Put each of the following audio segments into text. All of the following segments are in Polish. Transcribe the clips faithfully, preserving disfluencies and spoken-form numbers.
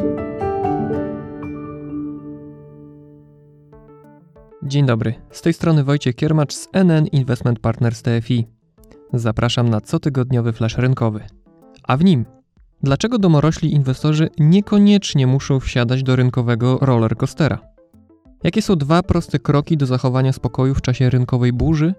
Dzień dobry, z tej strony Wojciech Kiermacz z N N Investment Partners T F I. Zapraszam na cotygodniowy flash rynkowy. A w nim, dlaczego domorośli inwestorzy niekoniecznie muszą wsiadać do rynkowego rollercoastera? Jakie są dwa proste kroki do zachowania spokoju w czasie rynkowej burzy?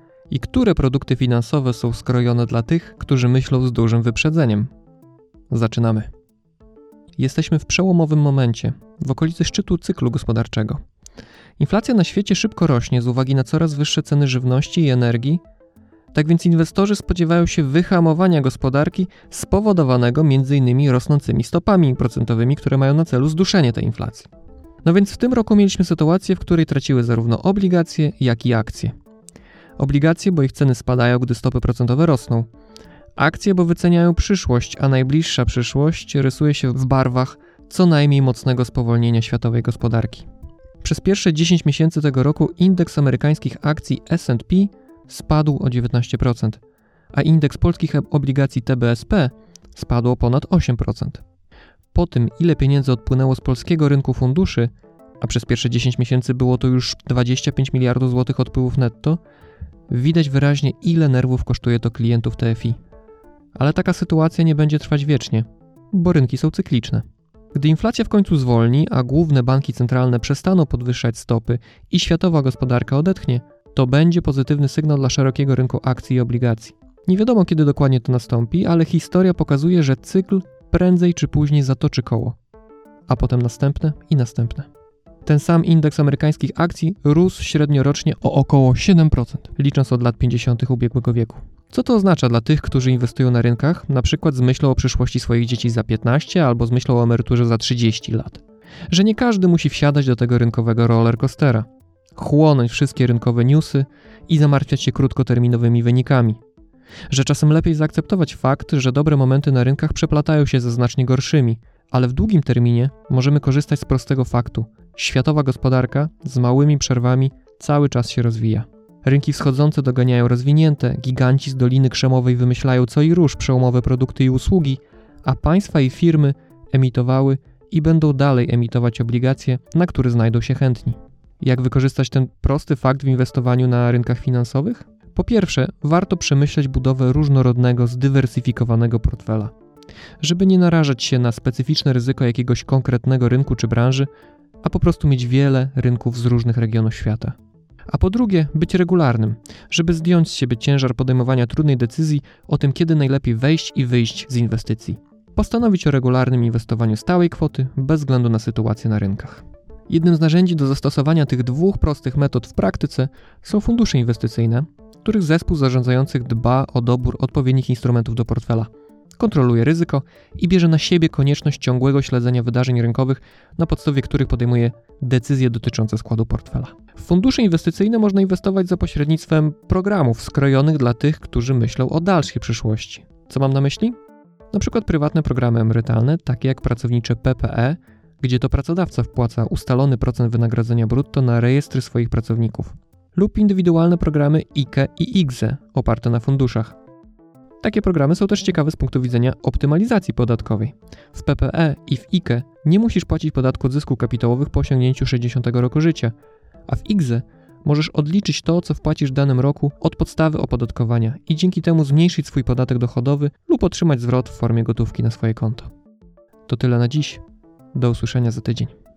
I które produkty finansowe są skrojone dla tych, którzy myślą z dużym wyprzedzeniem? Zaczynamy. Jesteśmy w przełomowym momencie, w okolicy szczytu cyklu gospodarczego. Inflacja na świecie szybko rośnie z uwagi na coraz wyższe ceny żywności i energii, tak więc inwestorzy spodziewają się wyhamowania gospodarki spowodowanego między innymi rosnącymi stopami procentowymi, które mają na celu zduszenie tej inflacji. No więc w tym roku mieliśmy sytuację, w której traciły zarówno obligacje, jak i akcje. Obligacje, bo ich ceny spadają, gdy stopy procentowe rosną. Akcje, bo wyceniają przyszłość, a najbliższa przyszłość rysuje się w barwach co najmniej mocnego spowolnienia światowej gospodarki. Przez pierwsze dziesięć miesięcy tego roku indeks amerykańskich akcji S and P spadł o dziewiętnaście procent, a indeks polskich obligacji T B S P spadł o ponad osiem procent. Po tym, ile pieniędzy odpłynęło z polskiego rynku funduszy, a przez pierwsze dziesięć miesięcy było to już dwadzieścia pięć miliardów złotych odpływów netto, widać wyraźnie, ile nerwów kosztuje to klientów T F I. Ale taka sytuacja nie będzie trwać wiecznie, bo rynki są cykliczne. Gdy inflacja w końcu zwolni, a główne banki centralne przestaną podwyższać stopy i światowa gospodarka odetchnie, to będzie pozytywny sygnał dla szerokiego rynku akcji i obligacji. Nie wiadomo, kiedy dokładnie to nastąpi, ale historia pokazuje, że cykl prędzej czy później zatoczy koło, a potem następne i następne. Ten sam indeks amerykańskich akcji rósł średniorocznie o około siedem procent, licząc od lat pięćdziesiątych ubiegłego wieku. Co to oznacza dla tych, którzy inwestują na rynkach, na przykład z myślą o przyszłości swoich dzieci za piętnaście albo z myślą o emeryturze za trzydzieści lat? Że nie każdy musi wsiadać do tego rynkowego rollercoastera, chłonąć wszystkie rynkowe newsy i zamartwiać się krótkoterminowymi wynikami. Że czasem lepiej zaakceptować fakt, że dobre momenty na rynkach przeplatają się ze znacznie gorszymi, ale w długim terminie możemy korzystać z prostego faktu. Światowa gospodarka z małymi przerwami cały czas się rozwija. Rynki wschodzące doganiają rozwinięte, giganci z Doliny Krzemowej wymyślają co i róż przełomowe produkty i usługi, a państwa i firmy emitowały i będą dalej emitować obligacje, na które znajdą się chętni. Jak wykorzystać ten prosty fakt w inwestowaniu na rynkach finansowych? Po pierwsze, warto przemyśleć budowę różnorodnego, zdywersyfikowanego portfela. Żeby nie narażać się na specyficzne ryzyko jakiegoś konkretnego rynku czy branży, a po prostu mieć wiele rynków z różnych regionów świata. A po drugie, być regularnym, żeby zdjąć z siebie ciężar podejmowania trudnej decyzji o tym, kiedy najlepiej wejść i wyjść z inwestycji. Postanowić o regularnym inwestowaniu stałej kwoty, bez względu na sytuację na rynkach. Jednym z narzędzi do zastosowania tych dwóch prostych metod w praktyce są fundusze inwestycyjne, których zespół zarządzających dba o dobór odpowiednich instrumentów do portfela. Kontroluje ryzyko i bierze na siebie konieczność ciągłego śledzenia wydarzeń rynkowych, na podstawie których podejmuje decyzje dotyczące składu portfela. W fundusze inwestycyjne można inwestować za pośrednictwem programów skrojonych dla tych, którzy myślą o dalszej przyszłości. Co mam na myśli? Na przykład prywatne programy emerytalne, takie jak pracownicze P P E, gdzie to pracodawca wpłaca ustalony procent wynagrodzenia brutto na rejestry swoich pracowników. Lub indywidualne programy I K E i I K Z E oparte na funduszach. Takie programy są też ciekawe z punktu widzenia optymalizacji podatkowej. W P P E i w I K E nie musisz płacić podatku od zysków kapitałowych po osiągnięciu sześćdziesiątego roku życia, a w I K Z E możesz odliczyć to, co wpłacisz w danym roku od podstawy opodatkowania i dzięki temu zmniejszyć swój podatek dochodowy lub otrzymać zwrot w formie gotówki na swoje konto. To tyle na dziś. Do usłyszenia za tydzień.